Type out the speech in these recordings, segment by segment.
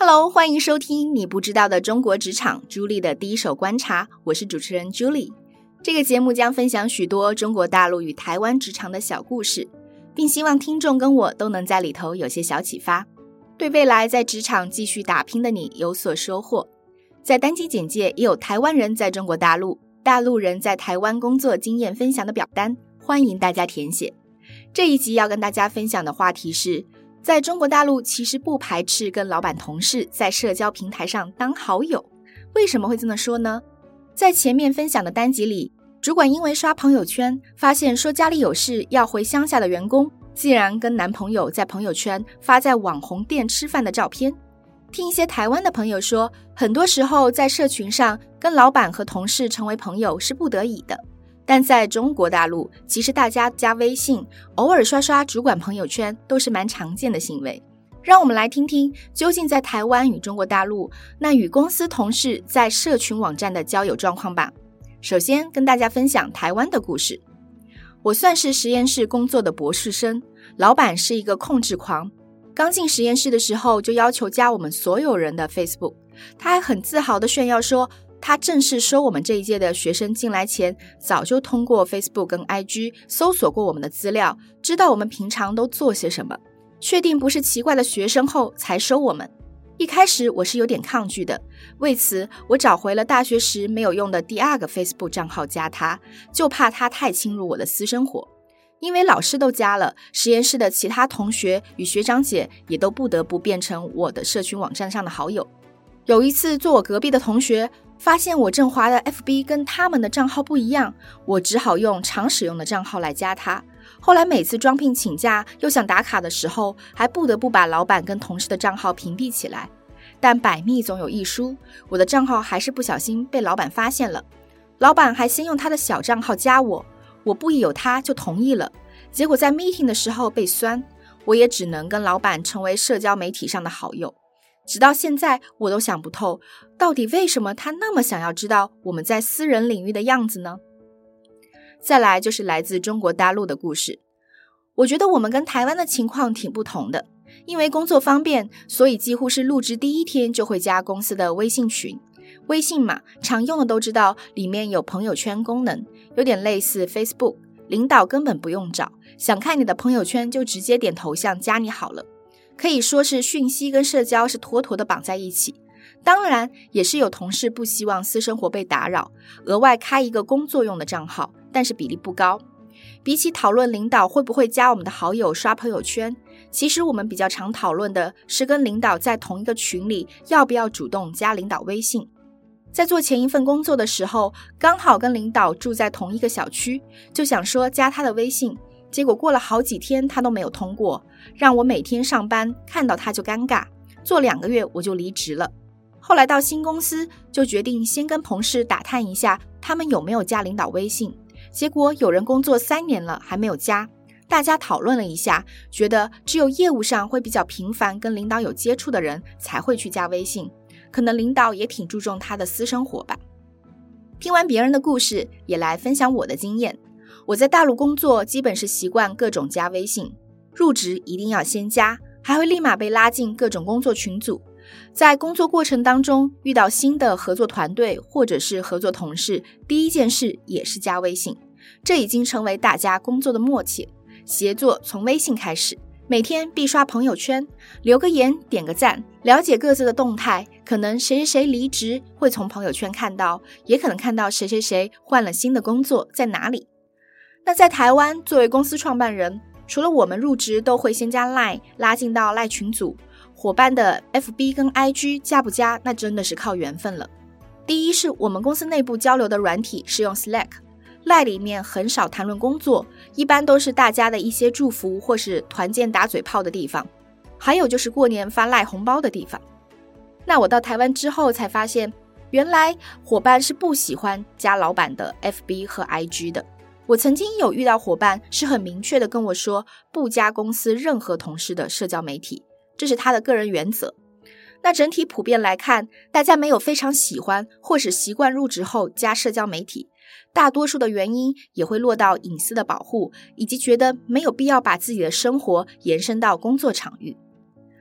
Hello， 欢迎收听你不知道的中国职场朱莉的第一手观察，我是主持人 Julie。 这个节目将分享许多中国大陆与台湾职场的小故事，并希望听众跟我都能在里头有些小启发，对未来在职场继续打拼的你有所收获。在单集简介也有台湾人在中国大陆、大陆人在台湾工作经验分享的表单，欢迎大家填写。这一集要跟大家分享的话题是，在中国大陆其实不排斥跟老板同事在社交平台上当好友。为什么会这么说呢？在前面分享的单集里，主管因为刷朋友圈发现说家里有事要回乡下的员工，竟然跟男朋友在朋友圈发在网红店吃饭的照片。听一些台湾的朋友说，很多时候在社群上跟老板和同事成为朋友是不得已的，但在中国大陆，其实大家加微信，偶尔刷刷主管朋友圈都是蛮常见的行为。让我们来听听，究竟在台湾与中国大陆，那与公司同事在社群网站的交友状况吧。首先跟大家分享台湾的故事。我算是实验室工作的博士生，老板是一个控制狂。刚进实验室的时候就要求加我们所有人的 Facebook， 他还很自豪地炫耀说，他正式收我们这一届的学生进来前，早就通过 Facebook 跟 IG 搜索过我们的资料，知道我们平常都做些什么，确定不是奇怪的学生后才收我们。一开始我是有点抗拒的，为此我找回了大学时没有用的第二个 Facebook 账号加他，就怕他太侵入我的私生活。因为老师都加了，实验室的其他同学与学长姐也都不得不变成我的社群网站上的好友。有一次坐我隔壁的同学发现我正滑的 FB 跟他们的账号不一样，我只好用常使用的账号来加他。后来每次招聘请假又想打卡的时候，还不得不把老板跟同事的账号屏蔽起来。但百密总有一疏，我的账号还是不小心被老板发现了。老板还先用他的小账号加我，我不疑有他就同意了。结果在 meeting 的时候被酸，我也只能跟老板成为社交媒体上的好友。直到现在我都想不透，到底为什么他那么想要知道我们在私人领域的样子呢？再来就是来自中国大陆的故事。我觉得我们跟台湾的情况挺不同的，因为工作方便，所以几乎是入职第一天就会加公司的微信群。微信嘛，常用的都知道，里面有朋友圈功能，有点类似 Facebook， 领导根本不用找，想看你的朋友圈就直接点头像加你好了。可以说是讯息跟社交是妥妥的绑在一起。当然也是有同事不希望私生活被打扰，额外开一个工作用的账号，但是比例不高。比起讨论领导会不会加我们的好友刷朋友圈，其实我们比较常讨论的是跟领导在同一个群里要不要主动加领导微信。在做前一份工作的时候，刚好跟领导住在同一个小区，就想说加他的微信，结果过了好几天他都没有通过，让我每天上班看到他就尴尬，做2个月我就离职了。后来到新公司就决定先跟同事打探一下他们有没有加领导微信，结果有人工作3年了还没有加。大家讨论了一下，觉得只有业务上会比较频繁跟领导有接触的人才会去加微信，可能领导也挺注重他的私生活吧。听完别人的故事，也来分享我的经验。我在大陆工作基本是习惯各种加微信，入职一定要先加，还会立马被拉进各种工作群组。在工作过程当中遇到新的合作团队或者是合作同事，第一件事也是加微信，这已经成为大家工作的默契。协作从微信开始，每天必刷朋友圈，留个言点个赞，了解各自的动态，可能谁谁谁离职会从朋友圈看到，也可能看到谁谁谁换了新的工作在哪里。那在台湾作为公司创办人，除了我们入职都会先加 LINE 拉进到 LINE 群组，伙伴的 FB 跟 IG 加不加那真的是靠缘分了。第一是我们公司内部交流的软体是用 Slack，LINE 里面很少谈论工作，一般都是大家的一些祝福或是团建打嘴炮的地方，还有就是过年发 LINE 红包的地方。那我到台湾之后才发现，原来伙伴是不喜欢加老板的 FB 和 IG 的。我曾经有遇到伙伴是很明确的跟我说，不加公司任何同事的社交媒体，这是他的个人原则。那整体普遍来看，大家没有非常喜欢或是习惯入职后加社交媒体，大多数的原因也会落到隐私的保护，以及觉得没有必要把自己的生活延伸到工作场域。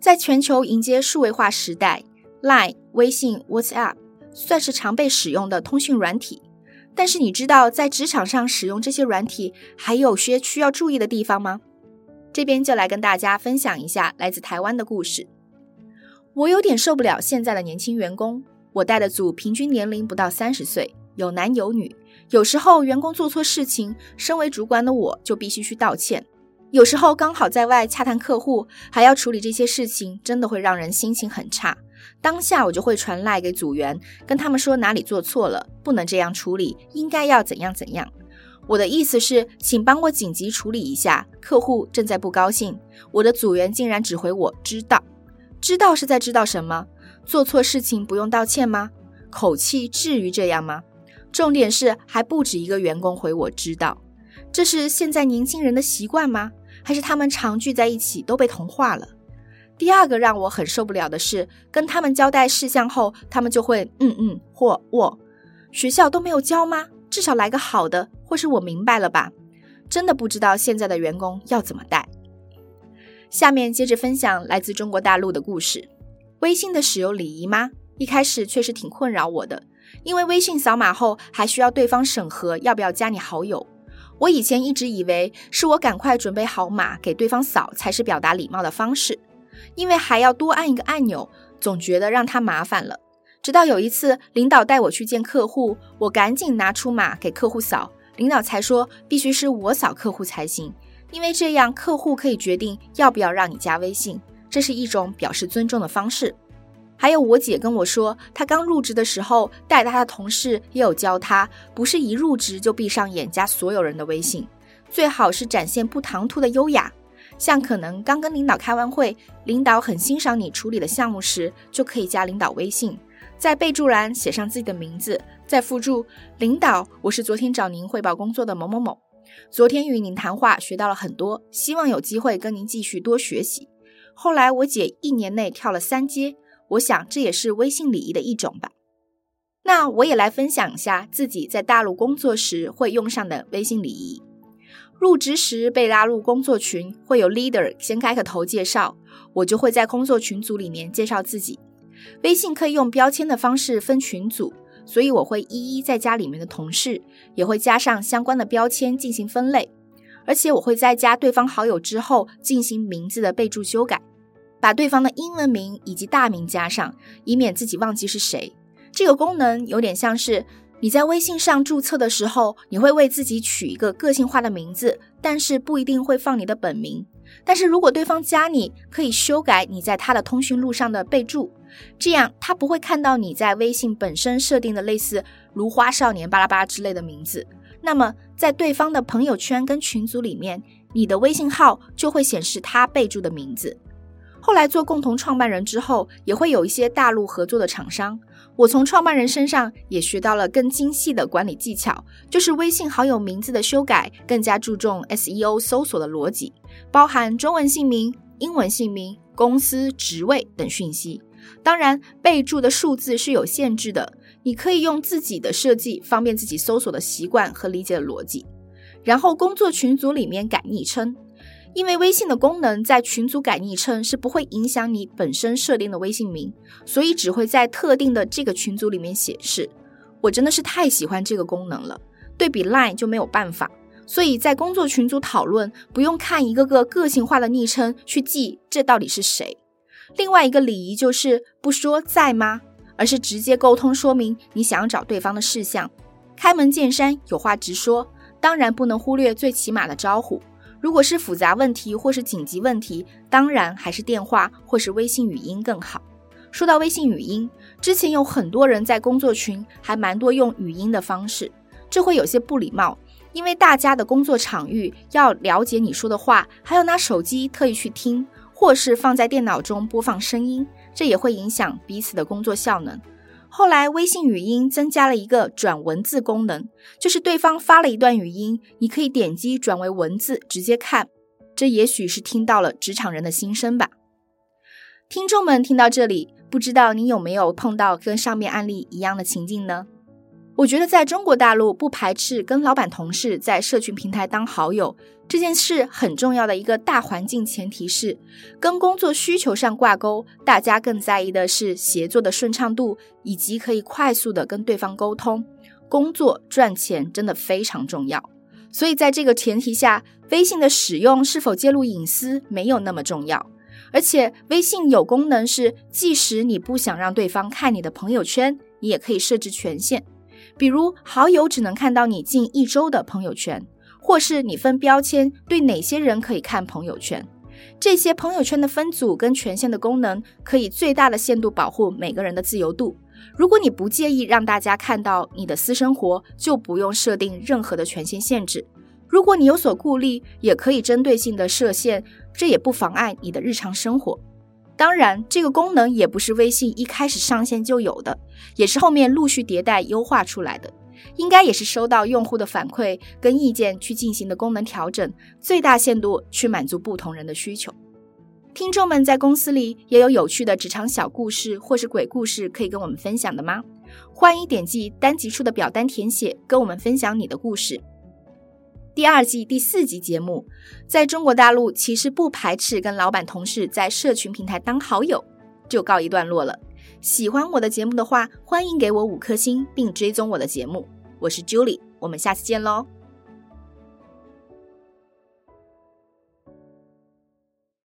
在全球迎接数位化时代， LINE、微信、WhatsApp 算是常被使用的通讯软体。但是你知道在职场上使用这些软体还有些需要注意的地方吗？这边就来跟大家分享一下来自台湾的故事。我有点受不了现在的年轻员工，我带的组平均年龄不到30岁，有男有女，有时候员工做错事情，身为主管的我就必须去道歉，有时候刚好在外洽谈客户，还要处理这些事情，真的会让人心情很差。当下我就会传赖给组员，跟他们说哪里做错了，不能这样处理，应该要怎样怎样。我的意思是，请帮我紧急处理一下，客户正在不高兴。我的组员竟然只回我知道。知道是在知道什么？做错事情不用道歉吗？口气至于这样吗？重点是还不止一个员工回我知道。这是现在年轻人的习惯吗？还是他们常聚在一起都被同化了？第二个让我很受不了的是，跟他们交代事项后，他们就会或我。学校都没有教吗？至少来个好的，或是我明白了吧？真的不知道现在的员工要怎么带。下面接着分享来自中国大陆的故事。微信的使用礼仪吗？一开始确实挺困扰我的，因为微信扫码后还需要对方审核要不要加你好友。我以前一直以为是我赶快准备好码给对方扫才是表达礼貌的方式，因为还要多按一个按钮，总觉得让他麻烦了。直到有一次领导带我去见客户，我赶紧拿出码给客户扫，领导才说必须是我扫客户才行，因为这样客户可以决定要不要让你加微信，这是一种表示尊重的方式。还有我姐跟我说，她刚入职的时候带她的同事也有教她，不是一入职就闭上眼加所有人的微信，最好是展现不唐突的优雅。像可能刚跟领导开完会，领导很欣赏你处理的项目时，就可以加领导微信，在备注栏写上自己的名字，再附注领导，我是昨天找您汇报工作的某某某，昨天与您谈话学到了很多，希望有机会跟您继续多学习。后来我姐1年内跳了3阶，我想这也是微信礼仪的一种吧。那我也来分享一下自己在大陆工作时会用上的微信礼仪。入职时被拉入工作群，会有 leader 先开个头介绍，我就会在工作群组里面介绍自己。微信可以用标签的方式分群组，所以我会一一再加里面的同事，也会加上相关的标签进行分类。而且我会在加对方好友之后进行名字的备注修改，把对方的英文名以及大名加上，以免自己忘记是谁。这个功能有点像是你在微信上注册的时候，你会为自己取一个个性化的名字，但是不一定会放你的本名。但是如果对方加你，可以修改你在他的通讯录上的备注，这样他不会看到你在微信本身设定的类似如花少年巴拉巴拉之类的名字。那么在对方的朋友圈跟群组里面，你的微信号就会显示他备注的名字。后来做共同创办人之后，也会有一些大陆合作的厂商，我从创办人身上也学到了更精细的管理技巧，就是微信好友名字的修改更加注重 SEO 搜索的逻辑，包含中文姓名、英文姓名、公司、职位等讯息。当然备注的数字是有限制的，你可以用自己的设计，方便自己搜索的习惯和理解的逻辑。然后工作群组里面改昵称，因为微信的功能在群组改昵称是不会影响你本身设定的微信名，所以只会在特定的这个群组里面显示。我真的是太喜欢这个功能了，对比 LINE 就没有办法，所以在工作群组讨论不用看一个个个性化的昵称去记这到底是谁。另外一个礼仪就是不说在吗，而是直接沟通说明你想要找对方的事项，开门见山，有话直说，当然不能忽略最起码的招呼。如果是复杂问题或是紧急问题，当然还是电话或是微信语音更好。说到微信语音，之前有很多人在工作群还蛮多用语音的方式，这会有些不礼貌，因为大家的工作场域要了解你说的话，还要拿手机特意去听，或是放在电脑中播放声音，这也会影响彼此的工作效能。后来微信语音增加了一个转文字功能，就是对方发了一段语音，你可以点击转为文字直接看，这也许是听到了职场人的心声吧。听众们听到这里，不知道你有没有碰到跟上面案例一样的情境呢？ 我觉得在中国大陆不排斥跟老板同事在社群平台当好友，这件事很重要的一个大环境前提是跟工作需求上挂钩，大家更在意的是协作的顺畅度，以及可以快速的跟对方沟通。工作赚钱真的非常重要，所以在这个前提下，微信的使用是否揭露隐私没有那么重要。而且微信有功能是即使你不想让对方看你的朋友圈，你也可以设置权限，比如好友只能看到你近1周的朋友圈，或是你分标签对哪些人可以看朋友圈。这些朋友圈的分组跟权限的功能可以最大的限度保护每个人的自由度。如果你不介意让大家看到你的私生活，就不用设定任何的权限限制。如果你有所顾虑，也可以针对性的设限，这也不妨碍你的日常生活。当然，这个功能也不是微信一开始上线就有的，也是后面陆续迭代优化出来的，应该也是收到用户的反馈跟意见去进行的功能调整，最大限度去满足不同人的需求。听众们在公司里也有有趣的职场小故事或是鬼故事可以跟我们分享的吗？欢迎点击单集处的表单填写，跟我们分享你的故事。第2季第4集节目，在中国大陆其实不排斥跟老板同事在社群平台当好友，就告一段落了。喜欢我的节目的话，欢迎给我5颗星并追踪我的节目。我是 Julie， 我们下次见咯。